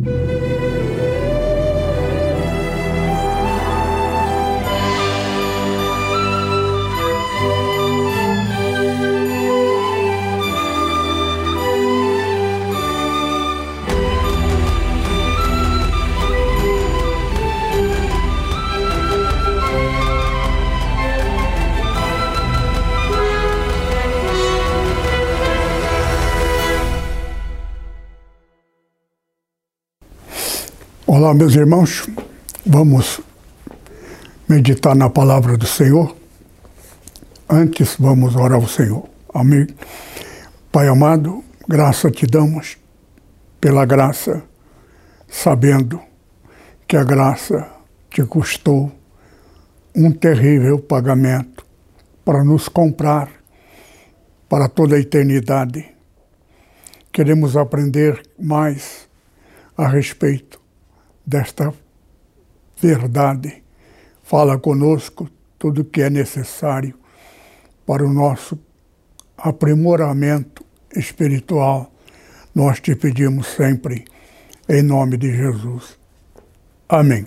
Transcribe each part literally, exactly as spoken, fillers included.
Olá, meus irmãos, vamos meditar na palavra do Senhor. Antes, vamos orar ao Senhor. Amém. Pai amado, graça te damos pela graça, sabendo que a graça te custou um terrível pagamento para nos comprar para toda a eternidade. Queremos aprender mais a respeito desta verdade. Fala conosco tudo o que é necessário para o nosso aprimoramento espiritual. Nós te pedimos sempre, em nome de Jesus. Amém.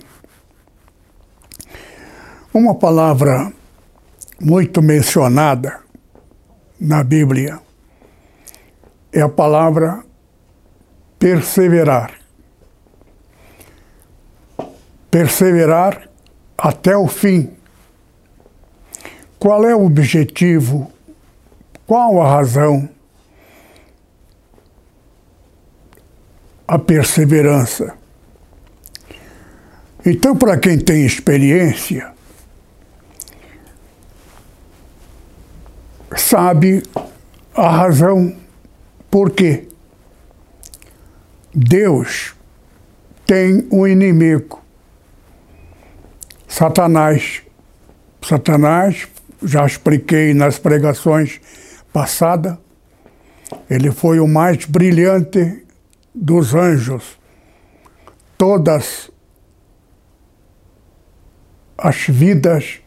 Uma palavra muito mencionada na Bíblia é a palavra perseverar. Perseverar até o fim. Qual é o objetivo? Qual a razão? A perseverança. Então, para quem tem experiência, sabe a razão por quê. Deus tem um inimigo. Satanás. Satanás, já expliquei nas pregações passadas, ele foi o mais brilhante dos anjos. Todas as vidas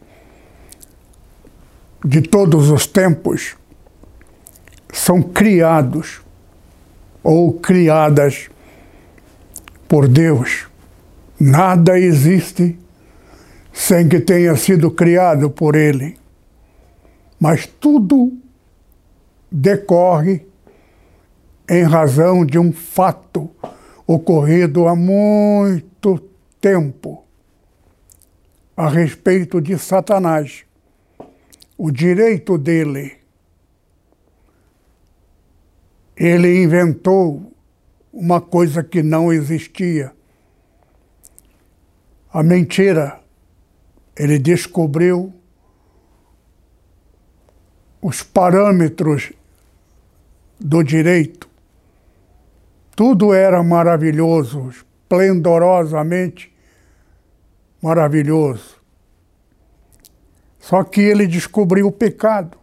de todos os tempos são criados ou criadas por Deus. Nada existe sem que tenha sido criado por Ele. Mas tudo decorre em razão de um fato ocorrido há muito tempo a respeito de Satanás. O direito dele. Ele inventou uma coisa que não existia. A mentira. Ele descobriu os parâmetros do direito. Tudo era maravilhoso, esplendorosamente maravilhoso. Só que ele descobriu o pecado.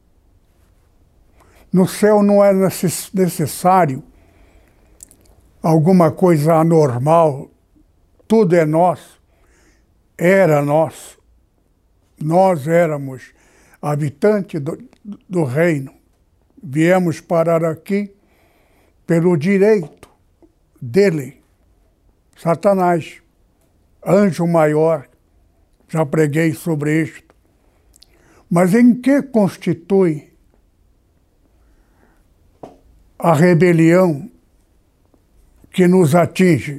No céu não é necessário alguma coisa anormal, tudo é nosso. Era nosso. Nós éramos habitantes do, do reino. Viemos parar aqui pelo direito dele, Satanás, anjo maior. Já preguei sobre isto. Mas em que constitui a rebelião que nos atinge?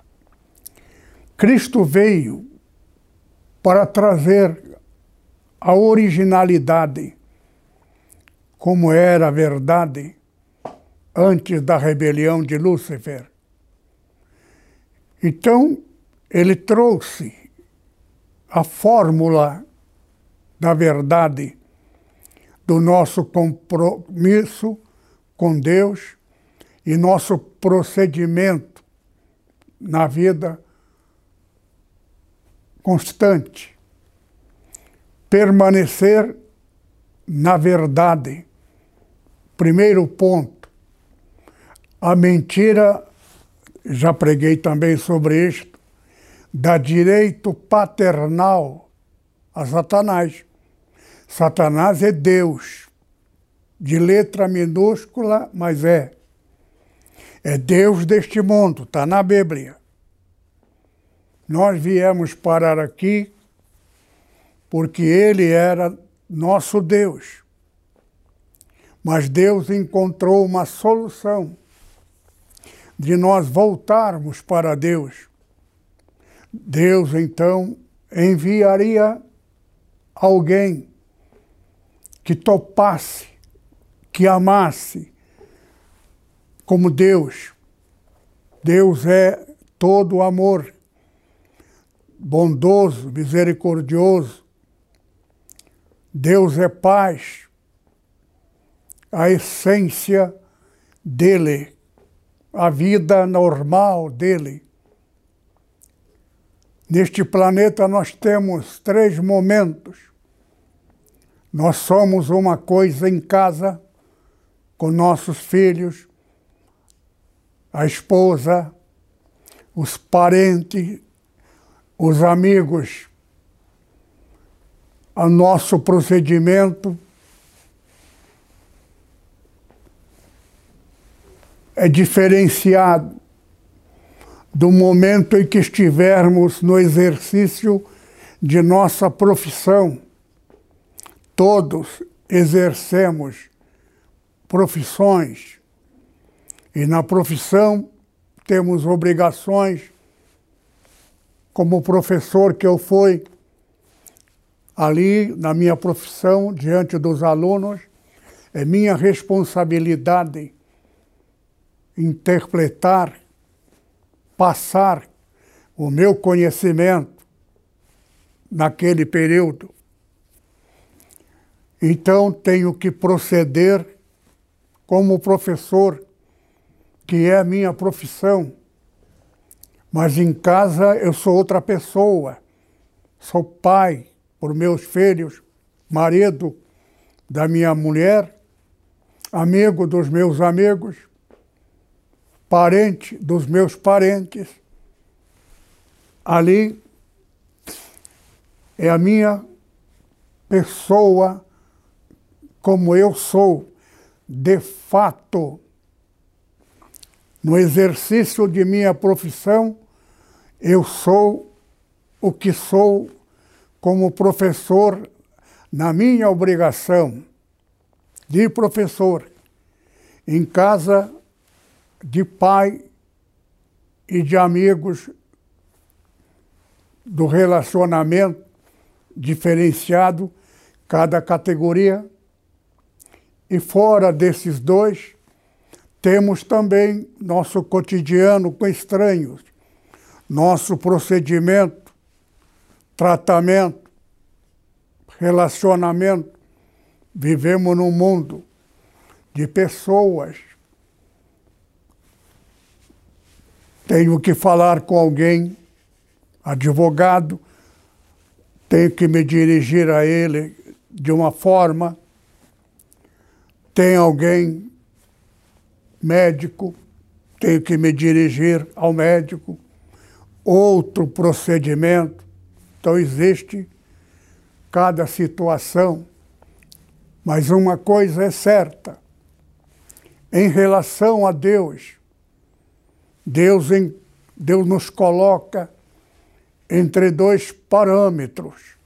Cristo veio para trazer a originalidade, como era a verdade antes da rebelião de Lúcifer. Então, ele trouxe a fórmula da verdade, do nosso compromisso com Deus e nosso procedimento na vida constante. Permanecer na verdade. Primeiro ponto. A mentira, já preguei também sobre isto, dá direito paternal a Satanás. Satanás é Deus, de letra minúscula, mas é. É Deus deste mundo, está na Bíblia. Nós viemos parar aqui porque Ele era nosso Deus. Mas Deus encontrou uma solução de nós voltarmos para Deus. Deus, então, enviaria alguém que topasse, que amasse como Deus. Deus é todo amor, bondoso, misericordioso. Deus é paz, a essência dele, a vida normal dele. Neste planeta nós temos três momentos. Nós somos uma coisa em casa, com nossos filhos, a esposa, os parentes, os amigos. O nosso procedimento é diferenciado do momento em que estivermos no exercício de nossa profissão. Todos exercemos profissões e na profissão temos obrigações. Como professor que eu fui, ali na minha profissão, diante dos alunos, é minha responsabilidade interpretar, passar o meu conhecimento naquele período. Então tenho que proceder como professor, que é a minha profissão. Mas em casa eu sou outra pessoa. Sou pai por meus filhos, marido da minha mulher, amigo dos meus amigos, parente dos meus parentes. Ali é a minha pessoa como eu sou, de fato. No exercício de minha profissão, eu sou o que sou como professor na minha obrigação de professor, em casa de pai e de amigos do relacionamento diferenciado, cada categoria. E fora desses dois, temos também nosso cotidiano com estranhos, nosso procedimento, tratamento, relacionamento. Vivemos num mundo de pessoas. Tenho que falar com alguém, advogado, tenho que me dirigir a ele de uma forma. Tem alguém médico, tenho que me dirigir ao médico, outro procedimento. Então existe cada situação, mas uma coisa é certa, em relação a Deus, Deus, em, Deus nos coloca entre dois parâmetros.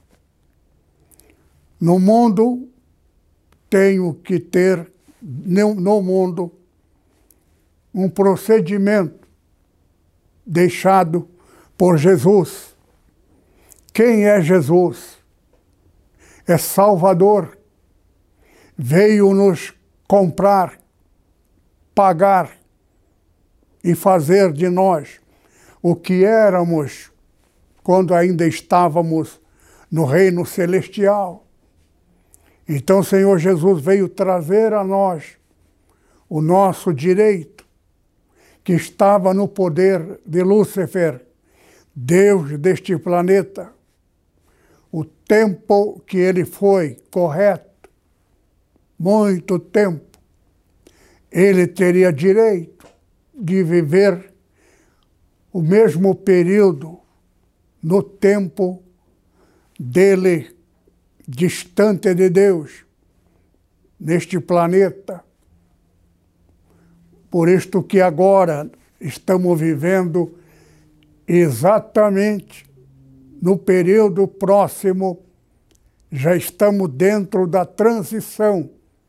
No mundo, tenho que ter, no, no mundo, um procedimento deixado por Jesus. Quem é Jesus? É Salvador. Veio nos comprar, pagar e fazer de nós o que éramos quando ainda estávamos no reino celestial. Então o Senhor Jesus veio trazer a nós o nosso direito, que estava no poder de Lúcifer, Deus deste planeta. O tempo que ele foi correto, muito tempo, ele teria direito de viver o mesmo período no tempo dele, distante de Deus, neste planeta. Por isto que agora estamos vivendo exatamente no período próximo, já estamos dentro da transição.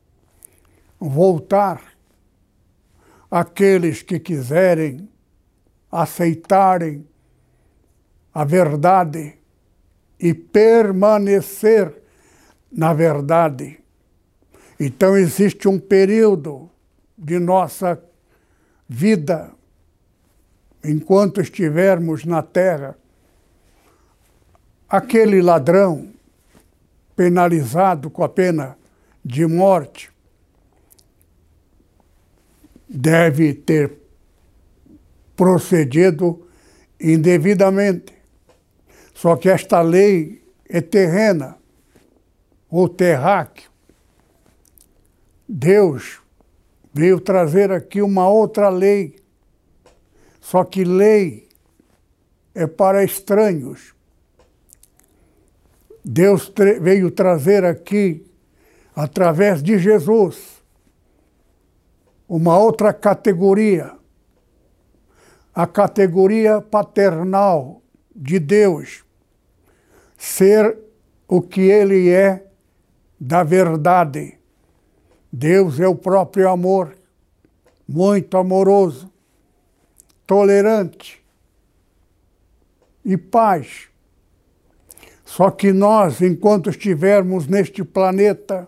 Voltar aqueles que quiserem aceitarem a verdade e permanecer na verdade. Então existe um período de nossa vida, enquanto estivermos na terra, aquele ladrão penalizado com a pena de morte deve ter procedido indevidamente. Só que esta lei é terrena, ou terráqueo. Deus veio trazer aqui uma outra lei. Só que lei é para estranhos. Deus veio trazer aqui, através de Jesus, uma outra categoria, a categoria paternal de Deus, ser o que Ele é da verdade. Deus é o próprio amor, muito amoroso, tolerante e paz. Só que nós, enquanto estivermos neste planeta,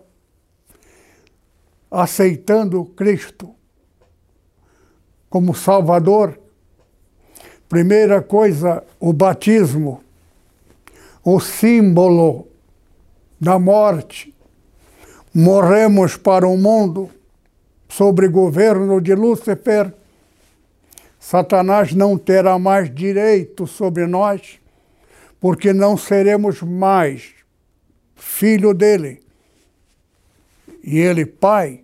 aceitando Cristo como Salvador, primeira coisa, o batismo, o símbolo da morte. Morremos para o mundo sob governo de Lúcifer. Satanás não terá mais direito sobre nós, porque não seremos mais filho dele. E ele, pai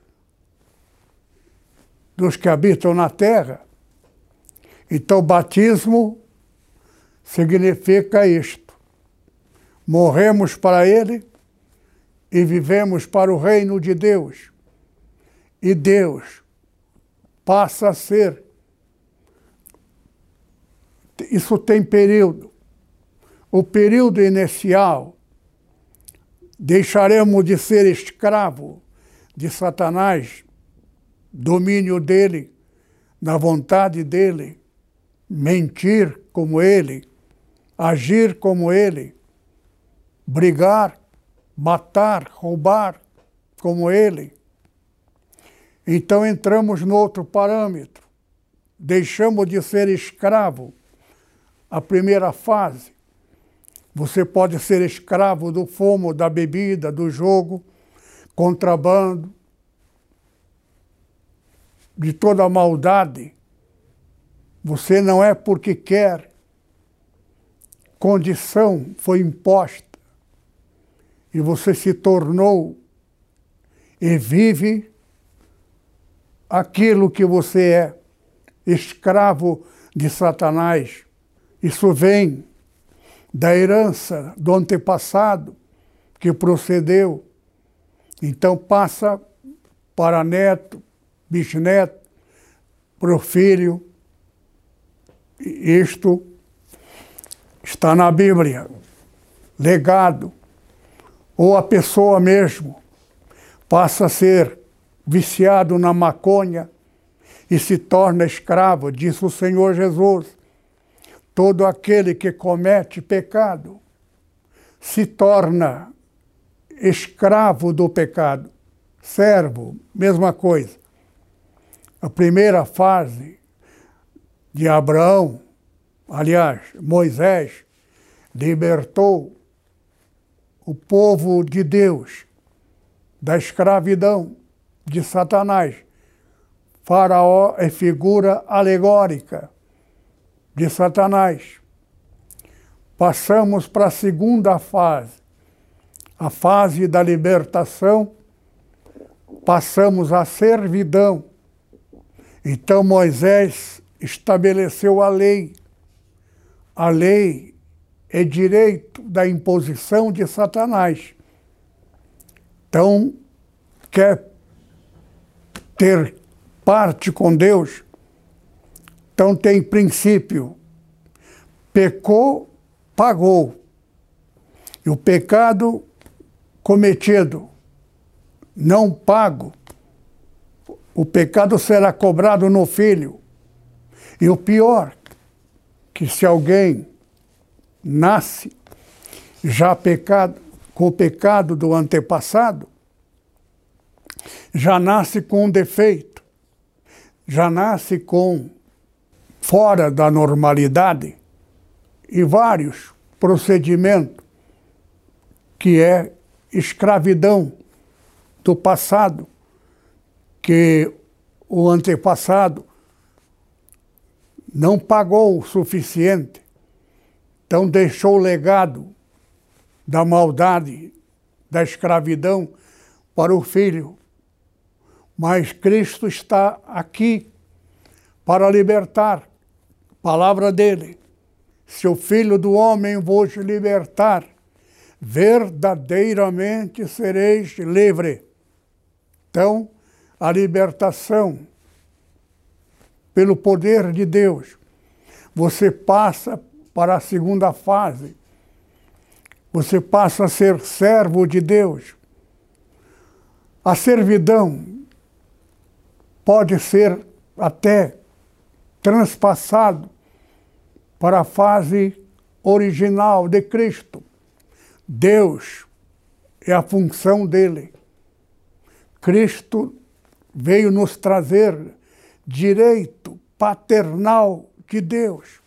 dos que habitam na terra. Então, batismo significa isto. Morremos para ele e vivemos para o reino de Deus. E Deus passa a ser. Isso tem período. O período inicial, deixaremos de ser escravo de Satanás, domínio dele, na vontade dele, mentir como ele, agir como ele, brigar, matar, roubar como ele. Então entramos no outro parâmetro. Deixamos de ser escravo. A primeira fase. Você pode ser escravo do fumo, da bebida, do jogo, contrabando, de toda a maldade. Você não é porque quer. Condição foi imposta. E você se tornou e vive aquilo que você é, escravo de Satanás. Isso vem da herança do antepassado que procedeu. Então passa para neto, bisneto, para o filho. Isto está na Bíblia, legado. Ou a pessoa mesmo passa a ser viciado na maconha e se torna escravo, disse o Senhor Jesus. Todo aquele que comete pecado se torna escravo do pecado, servo, mesma coisa. A primeira fase de Abraão, aliás, Moisés, libertou o povo de Deus da escravidão de Satanás. Faraó é figura alegórica de Satanás. Passamos para a segunda fase, a fase da libertação, passamos à servidão. Então Moisés estabeleceu a lei. A lei é direito da imposição de Satanás. Então, quer ter parte com Deus, então tem princípio. Pecou, pagou. E o pecado cometido, não pago, o pecado será cobrado no filho. E o pior, que se alguém nasce já pecado, com o pecado do antepassado, já nasce com um defeito, já nasce com fora da normalidade e vários procedimentos que é escravidão do passado, que o antepassado não pagou o suficiente, então deixou o legado da maldade, da escravidão para o filho. Mas Cristo está aqui para libertar. Palavra dele. Se o Filho do Homem vos libertar, verdadeiramente sereis livre. Então, a libertação pelo poder de Deus. Você passa para a segunda fase. Você passa a ser servo de Deus. A servidão pode ser até transpassado para a fase original de Cristo. Deus é a função dele. Cristo veio nos trazer direito paternal de Deus.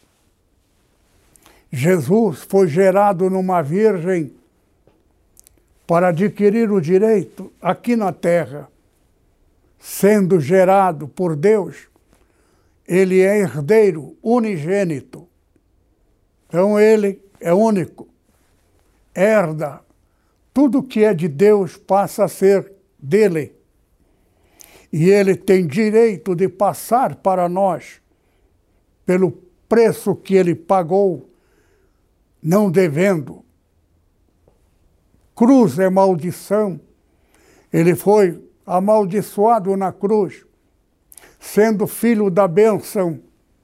Jesus foi gerado numa virgem para adquirir o direito aqui na terra. Sendo gerado por Deus, ele é herdeiro unigênito. Então ele é único. Herda. Tudo que é de Deus passa a ser dele. E ele tem direito de passar para nós, pelo preço que ele pagou, não devendo. Cruz é maldição. Ele foi amaldiçoado na cruz, sendo filho da bênção.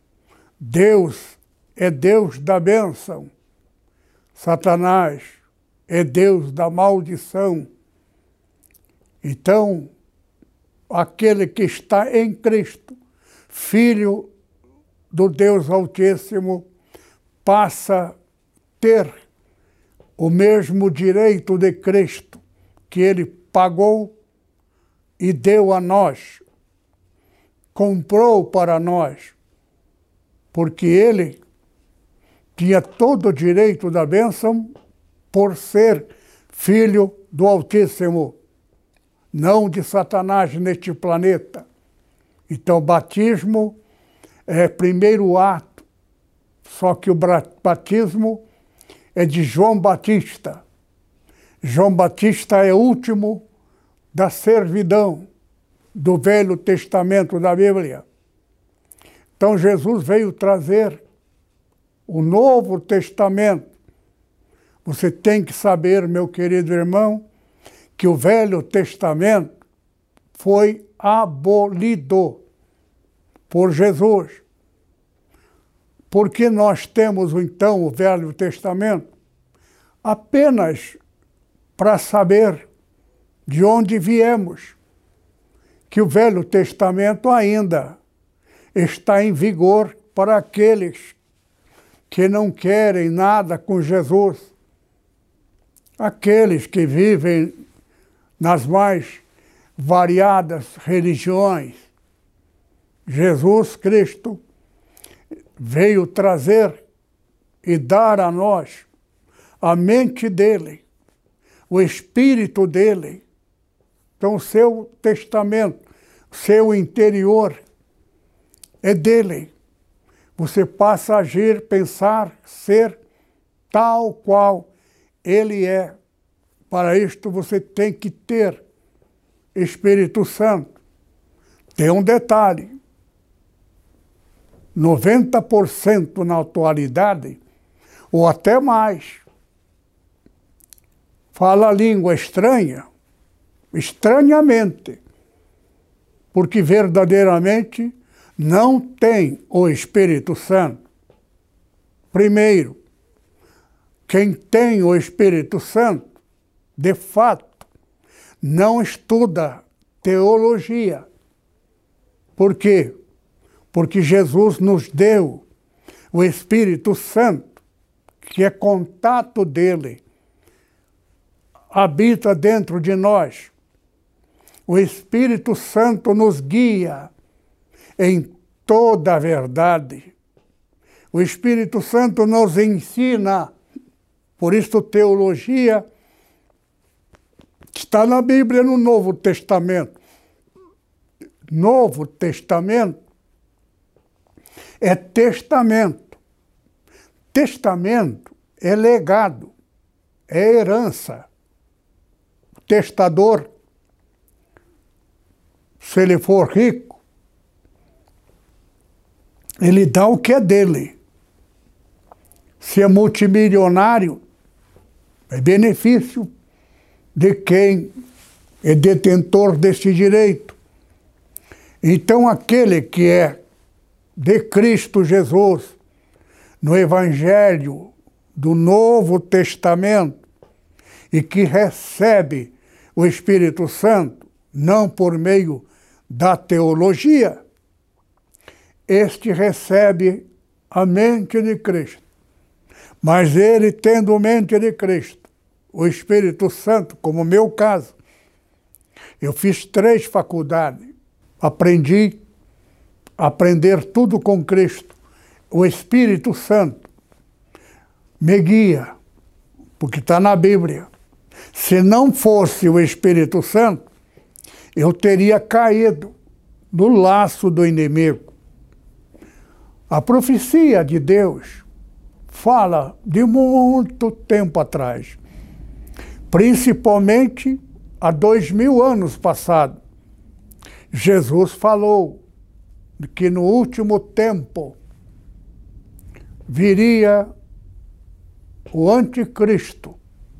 Deus é Deus da bênção. Satanás é Deus da maldição. Então, aquele que está em Cristo, filho do Deus Altíssimo, passa a ter o mesmo direito de Cristo que ele pagou e deu a nós, comprou para nós, porque ele tinha todo o direito da bênção por ser filho do Altíssimo, não de Satanás neste planeta. Então, o batismo é primeiro ato, só que o batismo é de João Batista. João Batista é o último da servidão do Velho Testamento da Bíblia. Então Jesus veio trazer o Novo Testamento. Você tem que saber, meu querido irmão, que o Velho Testamento foi abolido por Jesus. Por que nós temos, então, o Velho Testamento? Apenas para saber de onde viemos, que o Velho Testamento ainda está em vigor para aqueles que não querem nada com Jesus, aqueles que vivem nas mais variadas religiões. Jesus Cristo veio trazer e dar a nós a mente dele, o Espírito dele. Então, o seu testamento, o seu interior é dele. Você passa a agir, pensar, ser tal qual ele é. Para isto você tem que ter Espírito Santo. Tem um detalhe. noventa por cento na atualidade, ou até mais, fala língua estranha, estranhamente. porque verdadeiramente não tem o Espírito Santo. Primeiro, quem tem o Espírito Santo, de fato, não estuda teologia. Por quê? Porque Jesus nos deu o Espírito Santo, que é contato dele, habita dentro de nós. O Espírito Santo nos guia em toda a verdade. O Espírito Santo nos ensina, por isso teologia está na Bíblia, no Novo Testamento. Novo Testamento é testamento. Testamento é legado, é herança. O testador, se ele for rico, ele dá o que é dele. Se é multimilionário, é benefício de quem é detentor desse direito. Então, aquele que é de Cristo Jesus, no Evangelho do Novo Testamento, e que recebe o Espírito Santo, não por meio da teologia, este recebe a mente de Cristo. Mas ele, tendo mente de Cristo, o Espírito Santo, como o meu caso, eu fiz três faculdades, aprendi a aprender tudo com Cristo. O Espírito Santo me guia, porque está na Bíblia. Se não fosse o Espírito Santo, eu teria caído no laço do inimigo. A profecia de Deus fala de muito tempo atrás, principalmente há dois mil anos passados. Jesus falou que no último tempo viria o anticristo.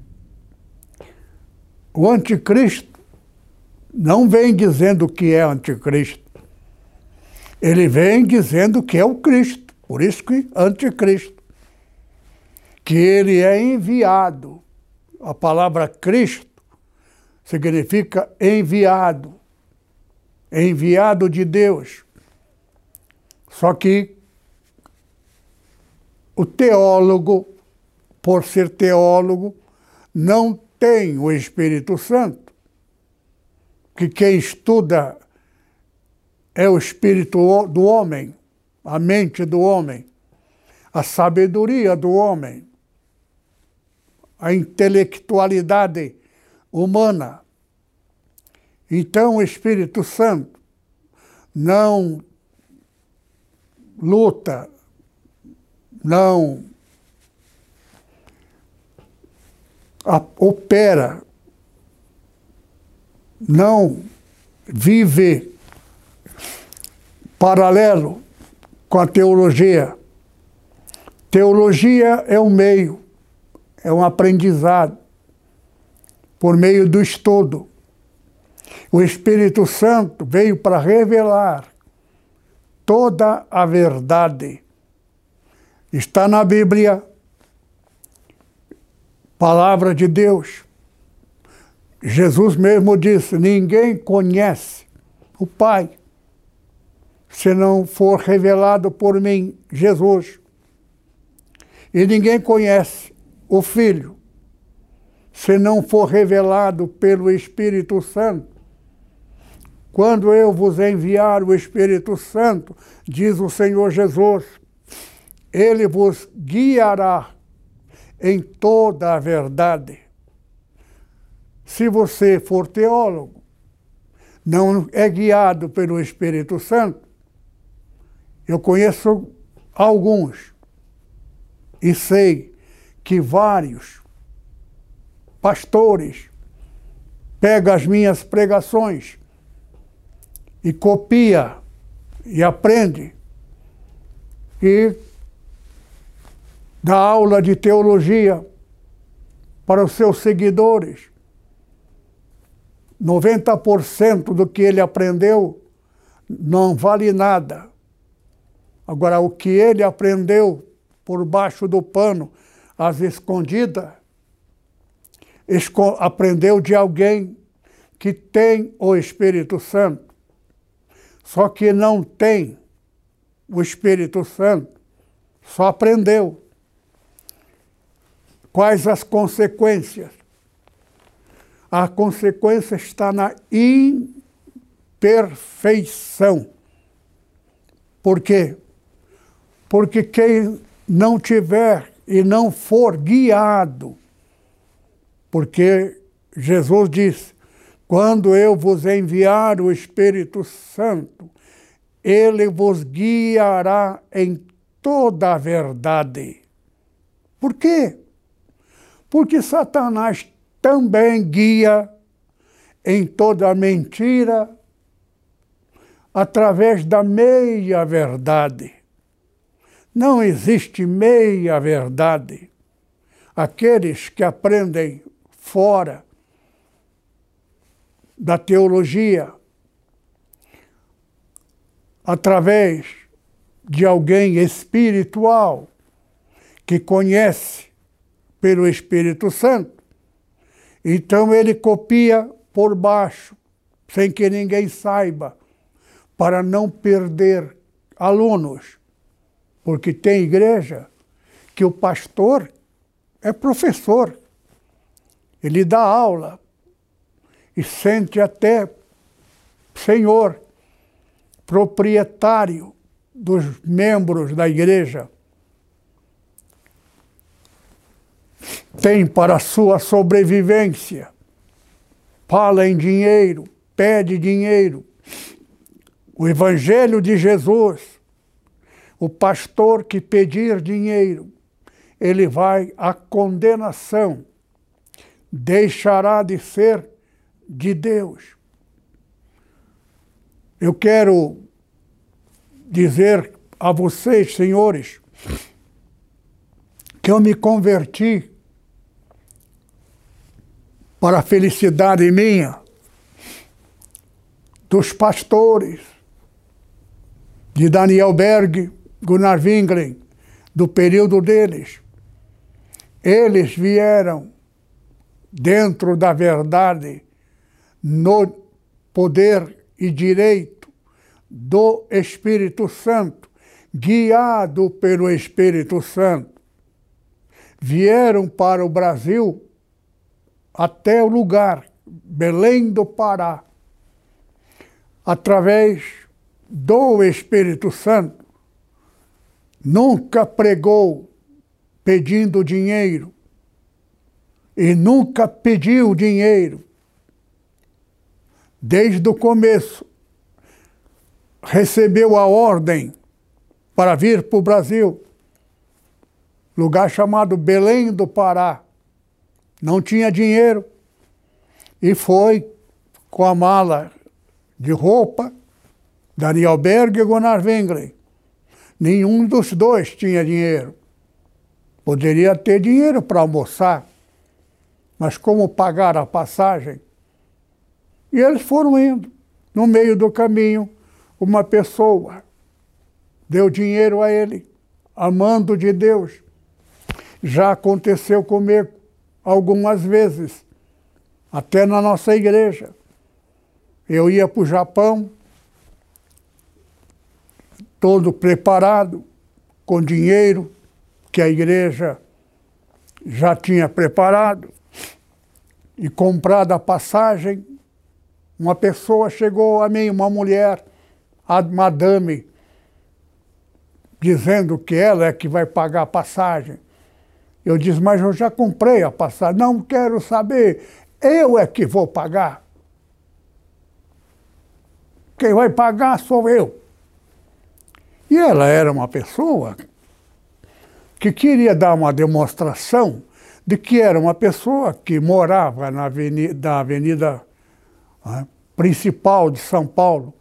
O anticristo não vem dizendo que é anticristo. Ele vem dizendo que é o Cristo. Por isso que anticristo. Que ele é enviado. A palavra Cristo significa enviado. Enviado de Deus. Só que o teólogo, por ser teólogo, não tem o Espírito Santo, que quem estuda é o espírito do homem, a mente do homem, a sabedoria do homem, a intelectualidade humana. Então o Espírito Santo não luta, não opera, não vive paralelo com a teologia. Teologia é um meio, é um aprendizado por meio do estudo. O Espírito Santo veio para revelar toda a verdade. Está na Bíblia, palavra de Deus. Jesus mesmo disse, ninguém conhece o Pai se não for revelado por mim, Jesus. E ninguém conhece o Filho se não for revelado pelo Espírito Santo. Quando eu vos enviar o Espírito Santo, diz o Senhor Jesus, ele vos guiará em toda a verdade. Se você for teólogo, não é guiado pelo Espírito Santo, eu conheço alguns e sei que vários pastores pegam as minhas pregações e copia e aprende e dá aula de teologia para os seus seguidores. noventa por cento do que ele aprendeu não vale nada. Agora, o que ele aprendeu por baixo do pano, às escondidas, esco- aprendeu de alguém que tem o Espírito Santo, só que não tem o Espírito Santo, só aprendeu. Quais as consequências? A consequência está na imperfeição. Por quê? Porque quem não tiver e não for guiado, porque Jesus disse, quando eu vos enviar o Espírito Santo, ele vos guiará em toda a verdade. Por quê? Porque Satanás também guia em toda a mentira através da meia-verdade. Não existe meia-verdade. Aqueles que aprendem fora da teologia, através de alguém espiritual que conhece pelo Espírito Santo, então ele copia por baixo, sem que ninguém saiba, para não perder alunos. Porque tem igreja que o pastor é professor. Ele dá aula e sente até senhor, proprietário dos membros da igreja. Tem para sua sobrevivência. Fala em dinheiro, pede dinheiro. O Evangelho de Jesus, o pastor que pedir dinheiro, ele vai à condenação, deixará de ser de Deus. Eu quero dizer a vocês, senhores, que eu me converti para a felicidade minha, dos pastores, de Daniel Berg, Gunnar Wingren, do período deles. Eles vieram dentro da verdade, no poder e direito do Espírito Santo, guiado pelo Espírito Santo. Vieram para o Brasil até o lugar, Belém do Pará, através do Espírito Santo. Nunca pregou pedindo dinheiro e nunca pediu dinheiro. Desde o começo, recebeu a ordem para vir para o Brasil, lugar chamado Belém do Pará. Não tinha dinheiro e foi com a mala de roupa, Daniel Berg e Gunnar Wingren. Nenhum dos dois tinha dinheiro. Poderia ter dinheiro para almoçar, mas como pagar a passagem? E eles foram indo. No meio do caminho, uma pessoa deu dinheiro a ele, amando de Deus. Já aconteceu comigo algumas vezes, até na nossa igreja. Eu ia para o Japão, todo preparado, com dinheiro que a igreja já tinha preparado, e comprado a passagem. Uma pessoa chegou a mim, uma mulher, a madame, dizendo que ela é que vai pagar a passagem. Eu disse, mas eu já comprei a passagem. Não quero saber, eu é que vou pagar. Quem vai pagar sou eu. E ela era uma pessoa que queria dar uma demonstração de que era uma pessoa que morava na avenida, da avenida né, principal de São Paulo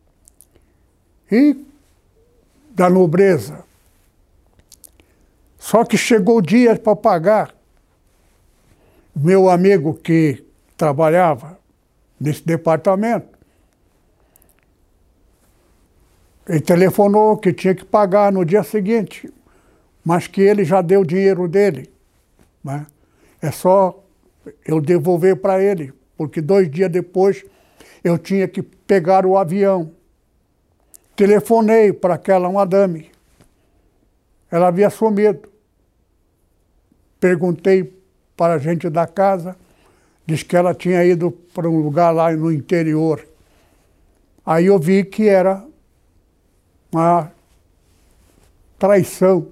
e da nobreza. Só que chegou o dia para pagar. Meu amigo que trabalhava nesse departamento Ele telefonou que tinha que pagar no dia seguinte, mas que ele já deu o dinheiro dele, né? É só eu devolver para ele, porque dois dias depois eu tinha que pegar o avião. Telefonei para aquela madame. Ela havia sumido. Perguntei para a gente da casa, disse que ela tinha ido para um lugar lá no interior. Aí eu vi que era uma traição.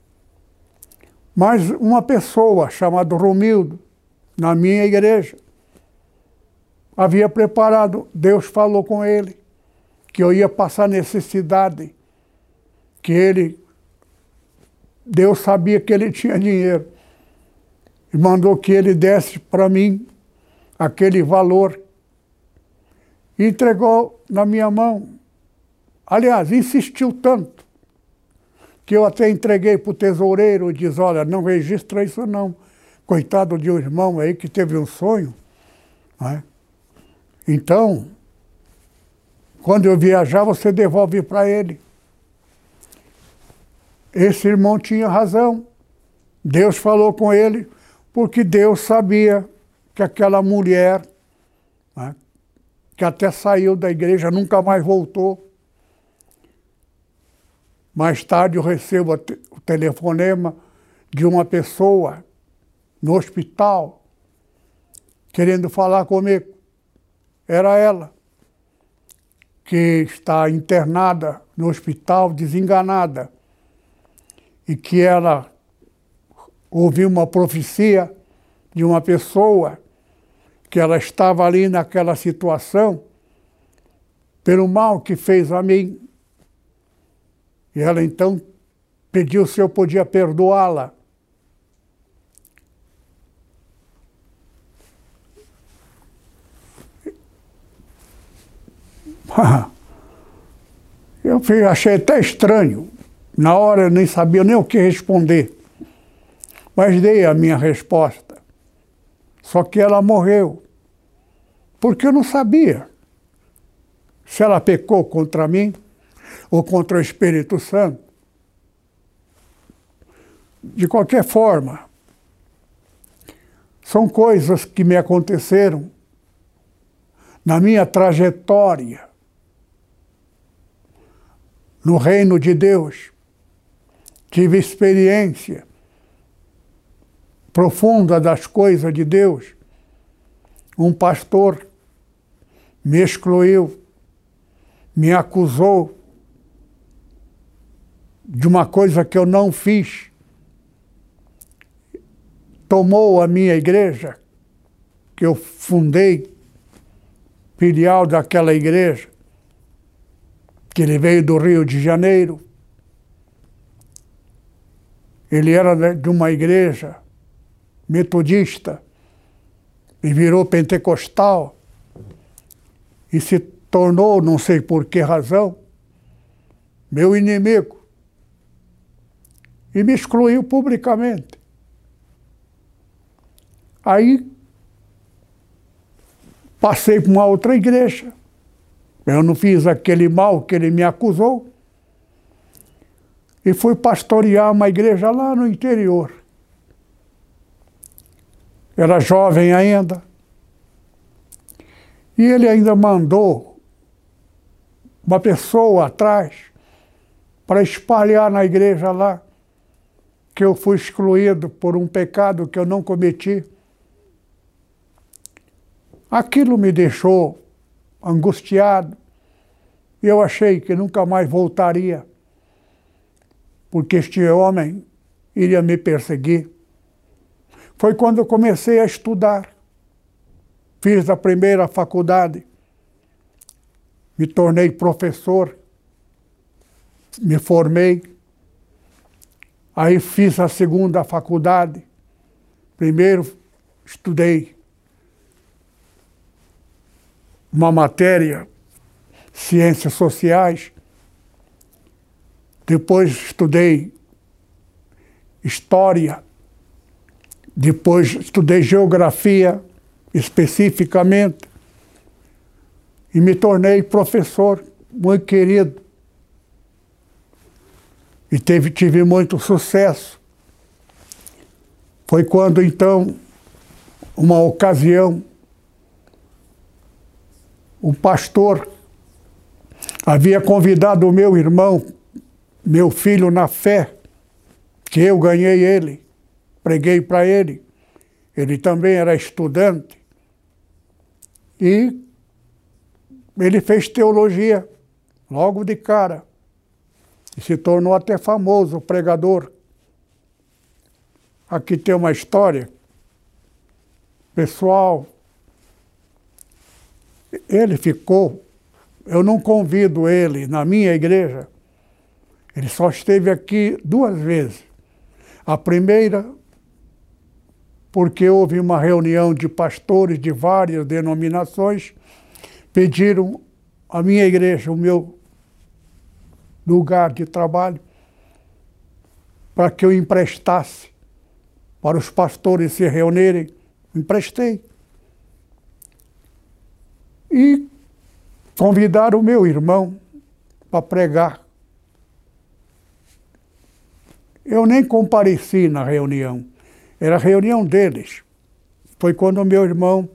Mas uma pessoa chamada Romildo, na minha igreja, havia preparado, Deus falou com ele, que eu ia passar necessidade, que ele, Deus sabia que ele tinha dinheiro, e mandou que ele desse para mim aquele valor, e entregou na minha mão. Aliás, insistiu tanto, que eu até entreguei para o tesoureiro e disse, olha, não registra isso não. Coitado de um irmão aí que teve um sonho. Né? Então, quando eu viajar, você devolve para ele. Esse irmão tinha razão. Deus falou com ele, porque Deus sabia que aquela mulher, né, que até saiu da igreja, nunca mais voltou. Mais tarde eu recebo o telefonema de uma pessoa no hospital querendo falar comigo. Era ela, que está internada no hospital, desenganada, e que ela ouviu uma profecia de uma pessoa que ela estava ali naquela situação pelo mal que fez a mim. E ela então pediu se eu podia perdoá-la. Eu achei até estranho. Na hora eu nem sabia nem o que responder. Mas dei a minha resposta. Só que ela morreu. Porque eu não sabia se ela pecou contra mim ou contra o Espírito Santo. De qualquer forma, são coisas que me aconteceram na minha trajetória no reino de Deus. Tive experiência profunda das coisas de Deus. Um pastor me excluiu, me acusou de uma coisa que eu não fiz. Tomou a minha igreja, que eu fundei, filial daquela igreja, que ele veio do Rio de Janeiro. Ele era de uma igreja metodista e virou pentecostal e se tornou, não sei por que razão, meu inimigo. E me excluiu publicamente. Aí passei para uma outra igreja. Eu não fiz aquele mal que ele me acusou. E fui pastorear uma igreja lá no interior. Era jovem ainda. E ele ainda mandou uma pessoa atrás para espalhar na igreja lá que eu fui excluído por um pecado que eu não cometi. Aquilo me deixou angustiado e eu achei que nunca mais voltaria, porque este homem iria me perseguir. Foi quando eu comecei a estudar. Fiz a primeira faculdade, me tornei professor, me formei. Aí fiz a segunda faculdade. Primeiro estudei uma matéria, ciências sociais. Depois estudei história. Depois estudei geografia, especificamente. E me tornei professor muito querido e teve, tive muito sucesso. Foi quando, então, uma ocasião, o pastor havia convidado o meu irmão, meu filho na fé, que eu ganhei ele, preguei para ele. Ele também era estudante. E ele fez teologia logo de cara. E se tornou até famoso pregador. Aqui tem uma história. Pessoal, ele ficou, eu não convido ele na minha igreja, ele só esteve aqui duas vezes. A primeira, porque houve uma reunião de pastores de várias denominações, pediram a minha igreja, o meu lugar de trabalho, para que eu emprestasse para os pastores se reunirem. Emprestei. E convidaram o meu irmão para pregar. Eu nem compareci na reunião. Era a reunião deles. Foi quando o meu irmão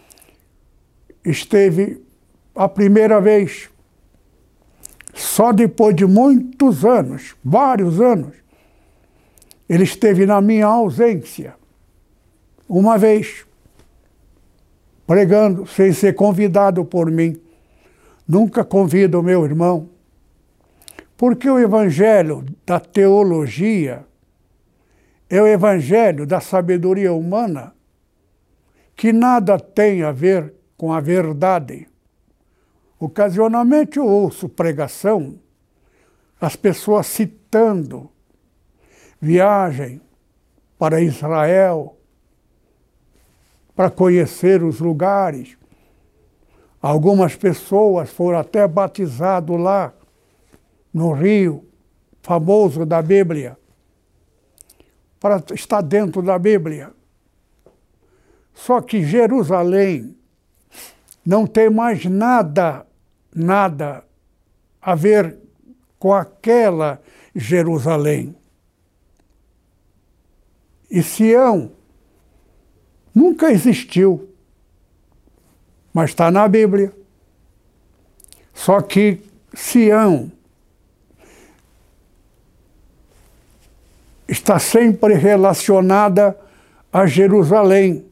esteve a primeira vez. Só depois de muitos anos, vários anos, ele esteve na minha ausência. Uma vez, pregando, sem ser convidado por mim. Nunca convido o meu irmão. Porque o evangelho da teologia é o evangelho da sabedoria humana, que nada tem a ver com a verdade. Ocasionalmente eu ouço pregação, as pessoas citando viagem para Israel, para conhecer os lugares. Algumas pessoas foram até batizadas lá, no rio famoso da Bíblia, para estar dentro da Bíblia. Só que Jerusalém não tem mais nada, nada a ver com aquela Jerusalém. E Sião nunca existiu, mas está na Bíblia. Só que Sião está sempre relacionada a Jerusalém.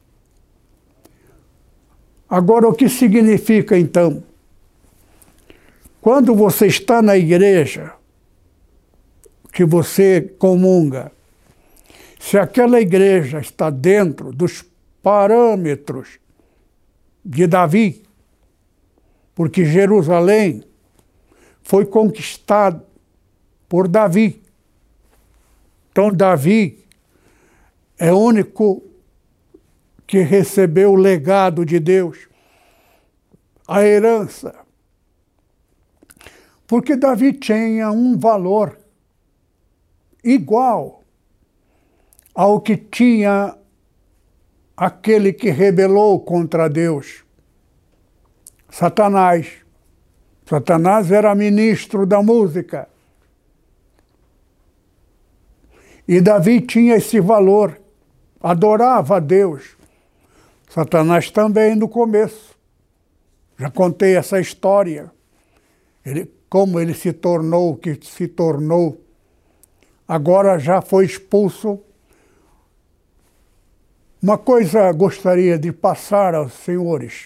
Agora, o que significa, então? Quando você está na igreja, que você comunga, se aquela igreja está dentro dos parâmetros de Davi, porque Jerusalém foi conquistado por Davi. Então, Davi é o único que recebeu o legado de Deus, a herança. Porque Davi tinha um valor igual ao que tinha aquele que rebelou contra Deus, Satanás. Satanás era ministro da música. E Davi tinha esse valor, adorava a Deus. Satanás também no começo. Já contei essa história. Ele, como ele se tornou o que se tornou. Agora já foi expulso. Uma coisa gostaria de passar aos senhores.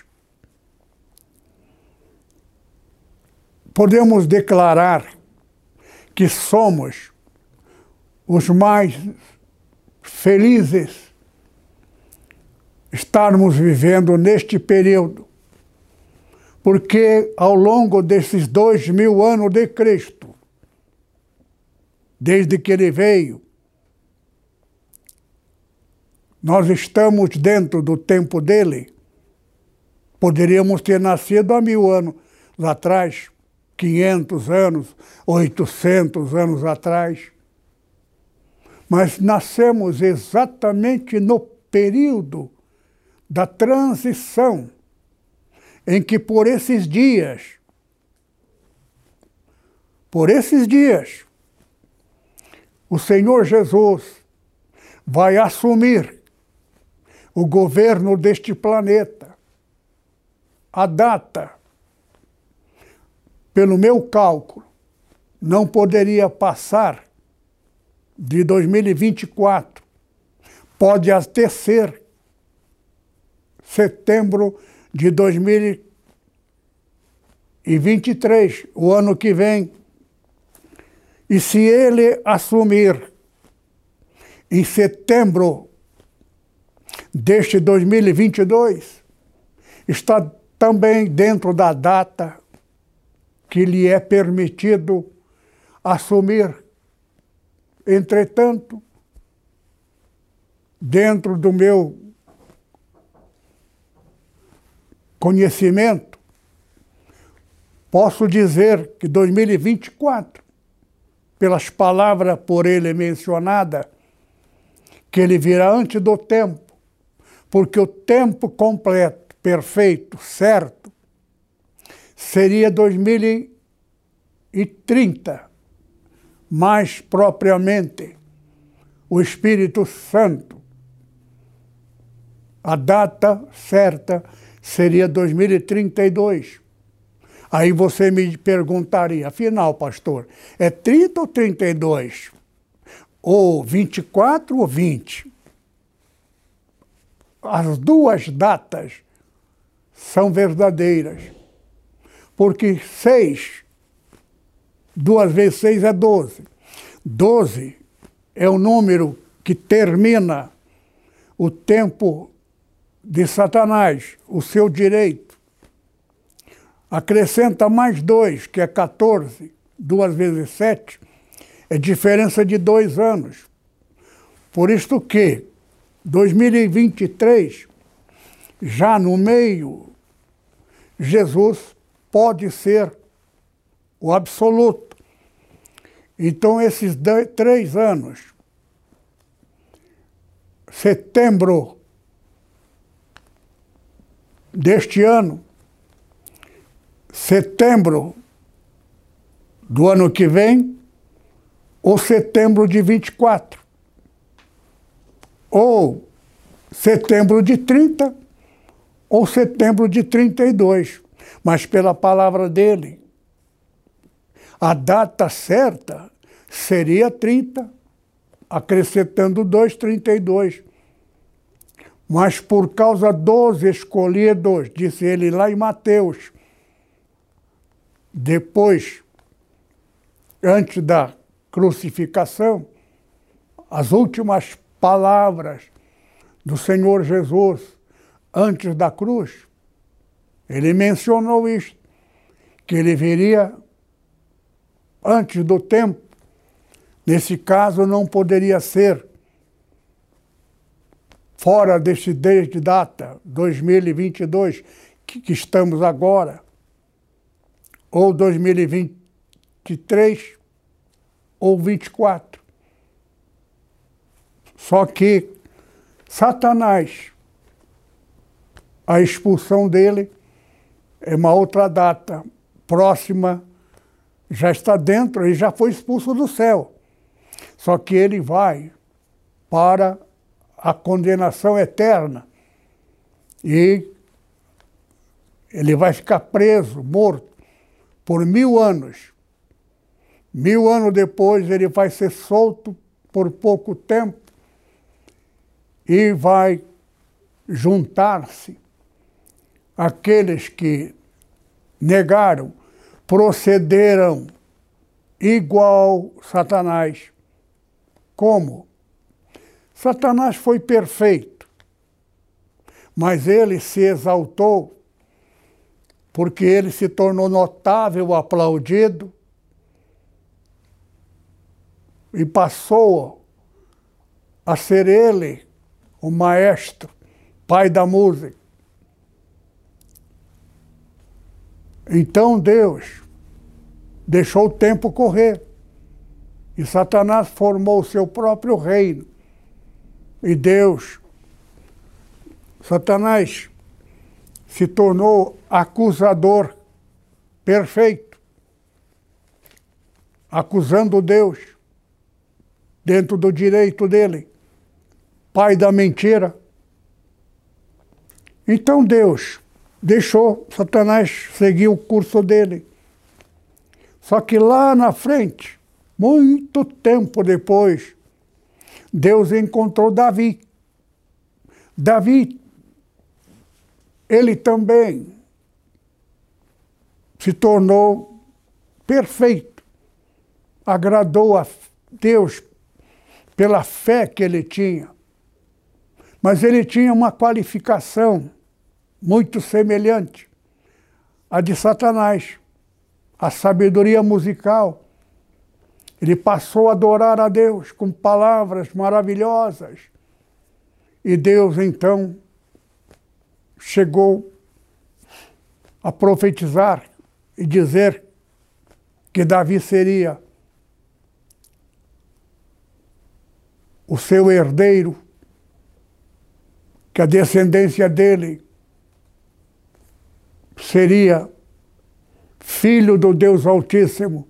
Podemos declarar que somos os mais felizes estarmos vivendo neste período, porque ao longo desses dois mil anos de Cristo, desde que ele veio, nós estamos dentro do tempo dele. Poderíamos ter nascido há mil anos atrás, quinhentos anos, oitocentos anos atrás, mas nascemos exatamente no período da transição, em que por esses dias, por esses dias, o Senhor Jesus vai assumir o governo deste planeta. A data, pelo meu cálculo, não poderia passar de dois mil e vinte e quatro. Pode até ser setembro de dois mil e vinte e três, o ano que vem. E se ele assumir em setembro deste dois mil e vinte e dois, está também dentro da data que lhe é permitido assumir. Entretanto, dentro do meu conhecimento, posso dizer que dois mil e vinte e quatro, pelas palavras por ele mencionadas, que ele virá antes do tempo, porque o tempo completo, perfeito, certo, seria dois mil e trinta, mais propriamente o Espírito Santo. A data certa seria dois mil e trinta e dois. Aí você me perguntaria, afinal, pastor, é trinta ou trinta e dois? Ou vinte e quatro ou vinte? As duas datas são verdadeiras, porque seis, duas vezes seis é doze. Doze é o número que termina o tempo de Satanás, o seu direito. Acrescenta mais dois, que é quatorze, duas vezes sete, é diferença de dois anos. Por isto que dois mil e vinte e três, já no meio, Jesus pode ser o absoluto. Então, esses dois, três anos, setembro deste ano, setembro do ano que vem, ou setembro de vinte e quatro, ou setembro de trinta, ou setembro de trinta e dois. Mas pela palavra dele, a data certa seria trinta, acrescentando dois, trinta e dois. Mas por causa dos escolhidos, disse ele lá em Mateus, depois, antes da crucificação, as últimas palavras do Senhor Jesus antes da cruz, ele mencionou isto, que ele viria antes do tempo. Nesse caso, não poderia ser fora deste desde data, dois mil e vinte e dois, que, que estamos agora, ou dois mil e vinte e três, ou vinte e quatro. Só que Satanás, a expulsão dele é uma outra data próxima, já está dentro, ele já foi expulso do céu. Só que ele vai para a condenação eterna. E ele vai ficar preso, morto, por mil anos. Mil anos depois ele vai ser solto por pouco tempo e vai juntar-se àqueles que negaram, procederam igual Satanás. Como? Satanás foi perfeito, mas ele se exaltou porque ele se tornou notável, aplaudido, e passou a ser ele o maestro, pai da música. Então Deus deixou o tempo correr e Satanás formou o seu próprio reino. E Deus, Satanás, se tornou acusador perfeito, acusando Deus. dentro do direito dele, pai da mentira. Então Deus deixou Satanás seguir o curso dele. Só que lá na frente, muito tempo depois, Deus encontrou Davi. Davi, ele também se tornou perfeito. Agradou a Deus pela fé que ele tinha. Mas ele tinha uma qualificação muito semelhante à de Satanás, a sabedoria musical. Ele passou a adorar a Deus com palavras maravilhosas. E Deus, então, chegou a profetizar e dizer que Davi seria o seu herdeiro, que a descendência dele seria filho do Deus Altíssimo.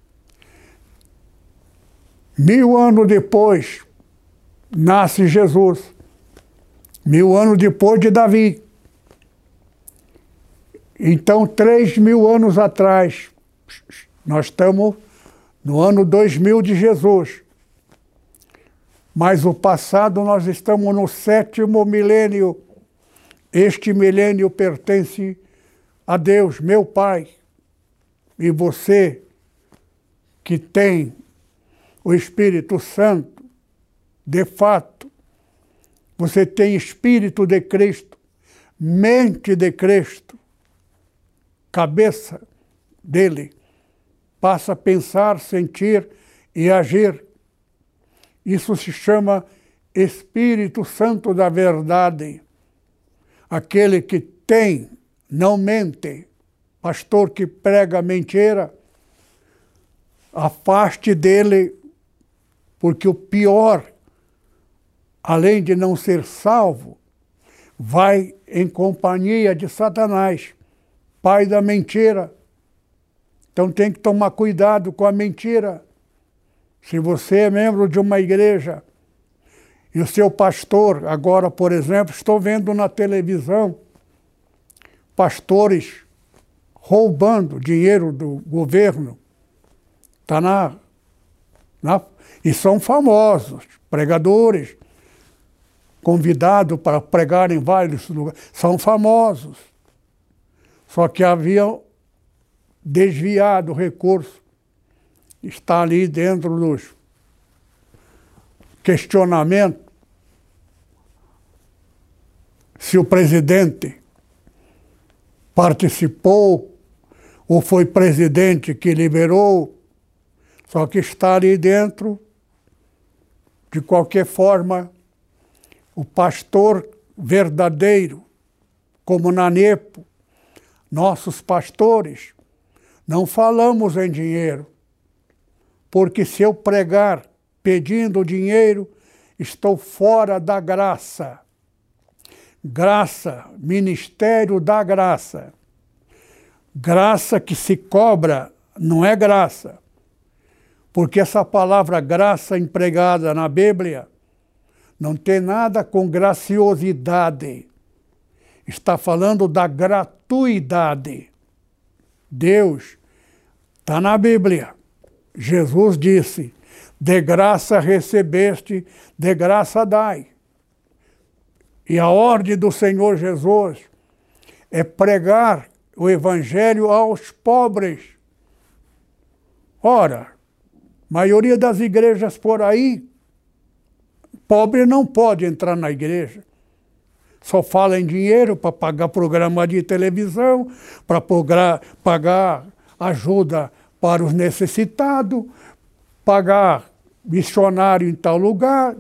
Mil anos depois, nasce Jesus. Mil anos depois de Davi. Então, três mil anos atrás, nós estamos no ano dois mil de Jesus. Mas o passado, nós estamos no sétimo milênio. Este milênio pertence a Deus, meu Pai. E você, que tem o Espírito Santo, de fato, você tem Espírito de Cristo, mente de Cristo, cabeça dele, passa a pensar, sentir e agir. Isso se chama Espírito Santo da verdade. Aquele que tem, não mente. Pastor que prega mentira, afaste dele, porque o pior, além de não ser salvo, vai em companhia de Satanás, pai da mentira. Então tem que tomar cuidado com a mentira. Se você é membro de uma igreja e o seu pastor, agora, por exemplo, estou vendo na televisão pastores roubando dinheiro do governo. Está na, na... E são famosos, pregadores, convidados para pregar em vários lugares. São famosos. Só que haviam desviado o recurso. Está ali dentro dos questionamentos se o presidente participou ou foi presidente que liberou, só que está ali dentro, de qualquer forma, o pastor verdadeiro, como na Nepo, nossos pastores, não falamos em dinheiro, porque se eu pregar pedindo dinheiro, estou fora da graça. Graça, ministério da graça. Graça que se cobra não é graça. Porque essa palavra graça empregada na Bíblia não tem nada com graciosidade. Está falando da gratuidade. Deus está na Bíblia. Jesus disse, de graça recebeste, de graça dai. E a ordem do Senhor Jesus é pregar o Evangelho aos pobres. Ora, a maioria das igrejas por aí, pobre não pode entrar na igreja. Só fala em dinheiro para pagar programa de televisão, para pagar ajuda para os necessitados, pagar missionário em tal lugar.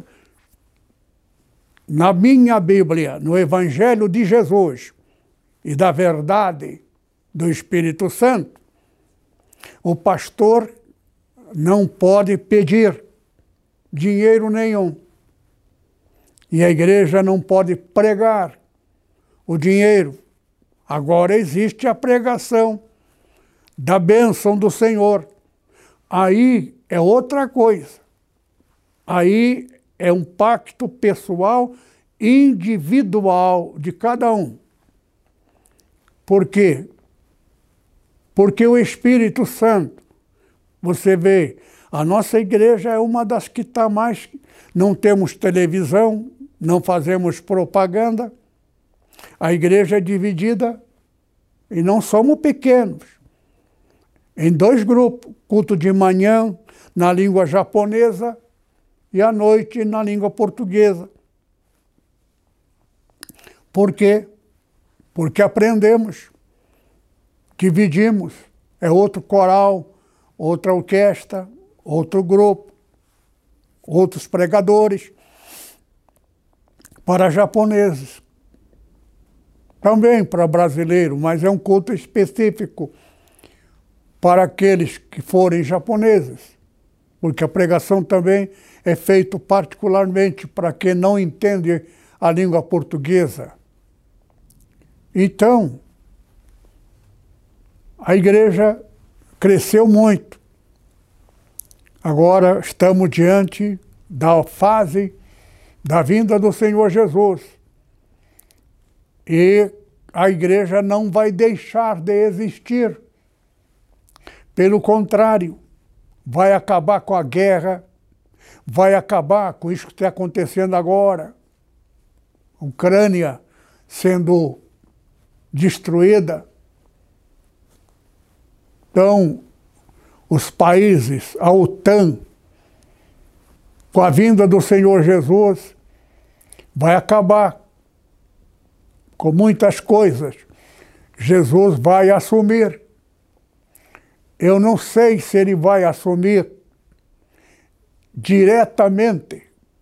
Na minha Bíblia, no Evangelho de Jesus e da verdade do Espírito Santo, o pastor não pode pedir dinheiro nenhum. E a igreja não pode pregar o dinheiro. Agora existe a pregação da bênção do Senhor. Aí é outra coisa. Aí é um pacto pessoal, individual de cada um. Por quê? Porque o Espírito Santo, você vê, a nossa igreja é uma das que está mais... Não temos televisão, não fazemos propaganda. A igreja é dividida, e não somos pequenos, em dois grupos. Culto de manhã na língua japonesa e à noite na língua portuguesa. Por quê? Porque aprendemos, dividimos. É outro coral, outra orquestra, outro grupo, outros pregadores. Para japoneses, também para brasileiros, mas é um culto específico para aqueles que forem japoneses, porque a pregação também é feita particularmente para quem não entende a língua portuguesa. Então, a igreja cresceu muito. Agora estamos diante da fase da vinda do Senhor Jesus. E a igreja não vai deixar de existir. Pelo contrário, vai acabar com a guerra, vai acabar com isso que está acontecendo agora. A Ucrânia sendo destruída. Então, os países, a OTAN, com a vinda do Senhor Jesus, vai acabar com muitas coisas. Jesus vai assumir. Eu não sei se ele vai assumir diretamente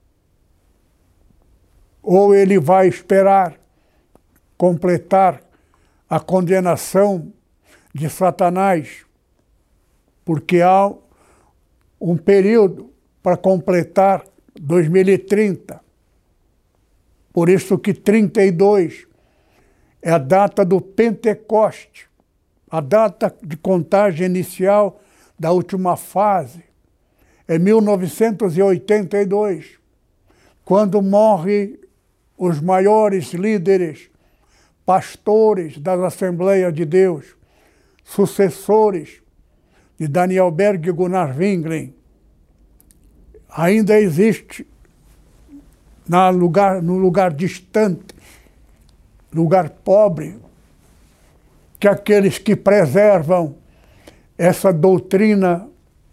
ou ele vai esperar completar a condenação de Satanás, porque há um período para completar dois mil e trinta. Por isso que trinta e dois é a data do Pentecoste, a data de contagem inicial da última fase. É mil novecentos e oitenta e dois, quando morrem os maiores líderes, pastores das Assembleias de Deus, sucessores de Daniel Berg e Gunnar Wingren. Ainda existe na lugar, no lugar distante, lugar pobre, que aqueles que preservam essa doutrina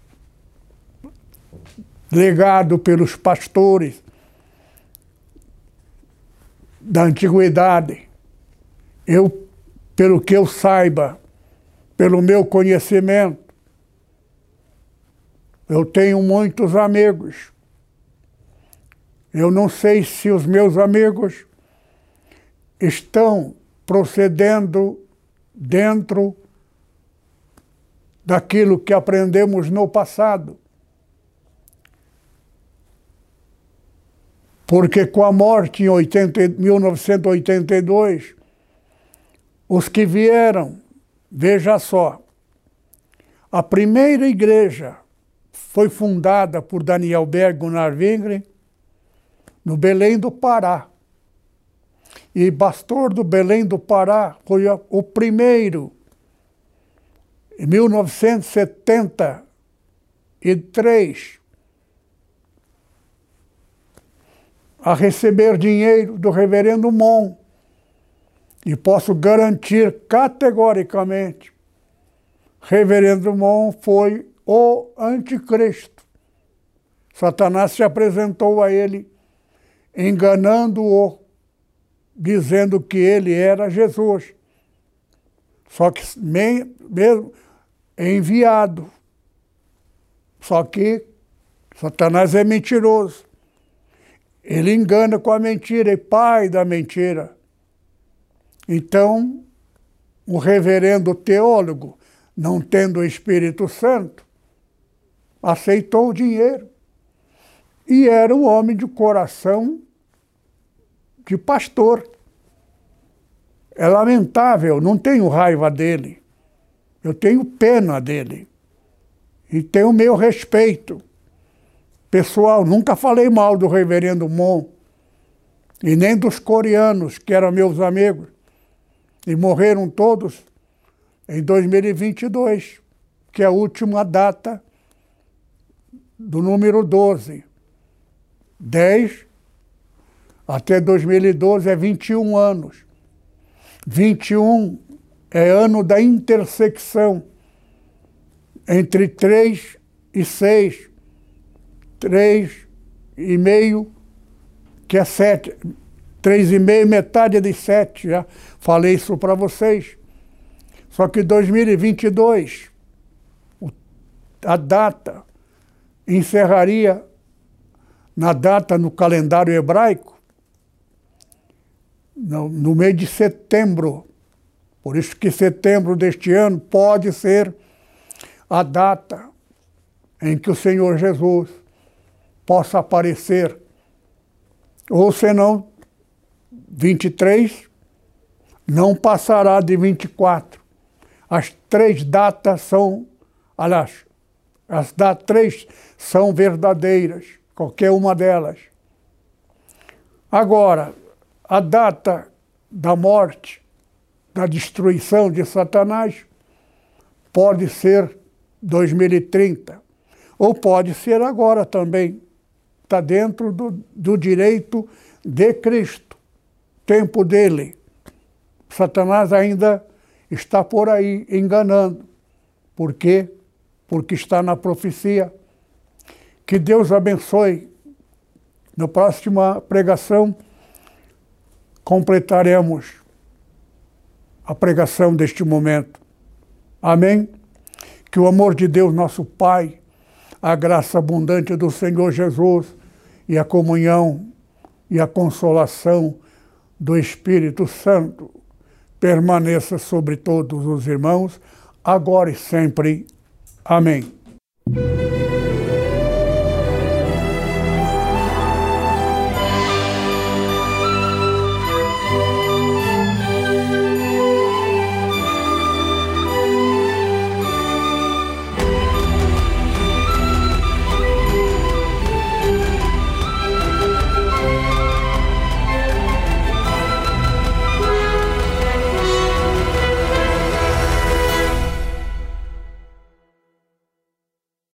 legado pelos pastores da antiguidade. Eu, pelo que eu saiba, pelo meu conhecimento, eu tenho muitos amigos. Eu não sei se os meus amigos estão procedendo dentro daquilo que aprendemos no passado. Porque com a morte em mil novecentos e oitenta e dois, os que vieram, veja só, a primeira igreja foi fundada por Daniel Berg e Gunnar Wingren no Belém do Pará. E pastor do Belém do Pará foi o primeiro, em mil novecentos e setenta e três, a receber dinheiro do reverendo Mon. E posso garantir categoricamente, reverendo Mon foi o anticristo. Satanás se apresentou a ele, enganando-o, dizendo que ele era Jesus. Só que mesmo enviado. Só que Satanás é mentiroso. Ele engana com a mentira, é pai da mentira. Então, o reverendo teólogo, não tendo o Espírito Santo, aceitou o dinheiro. E era um homem de coração de pastor. É lamentável, não tenho raiva dele. Eu tenho pena dele. E tenho o meu respeito. Pessoal, nunca falei mal do reverendo Mon, e nem dos coreanos, que eram meus amigos, e morreram todos em dois mil e vinte e dois, que é a última data do número doze. dez até dois mil e doze é vinte e um anos. vinte e um é ano da intersecção entre três e seis, três e meio, que é sete. três e meio, metade de sete, já falei isso para vocês. Só que dois mil e vinte e dois, a data encerraria na data no calendário hebraico, no, no mês de setembro. Por isso que setembro deste ano pode ser a data em que o Senhor Jesus possa aparecer. Ou senão, vinte e três não passará de vinte e quatro. As três datas são, aliás, as da três são verdadeiras, qualquer uma delas. Agora, a data da morte, da destruição de Satanás, pode ser dois mil e trinta, ou pode ser agora também. Está dentro do, do direito de Cristo, tempo dele. Satanás ainda está por aí enganando. Por quê? Porque está na profecia. Que Deus abençoe. Na próxima pregação, completaremos a pregação deste momento. Amém? Que o amor de Deus, nosso Pai, a graça abundante do Senhor Jesus e a comunhão e a consolação do Espírito Santo permaneça sobre todos os irmãos, agora e sempre. Amém.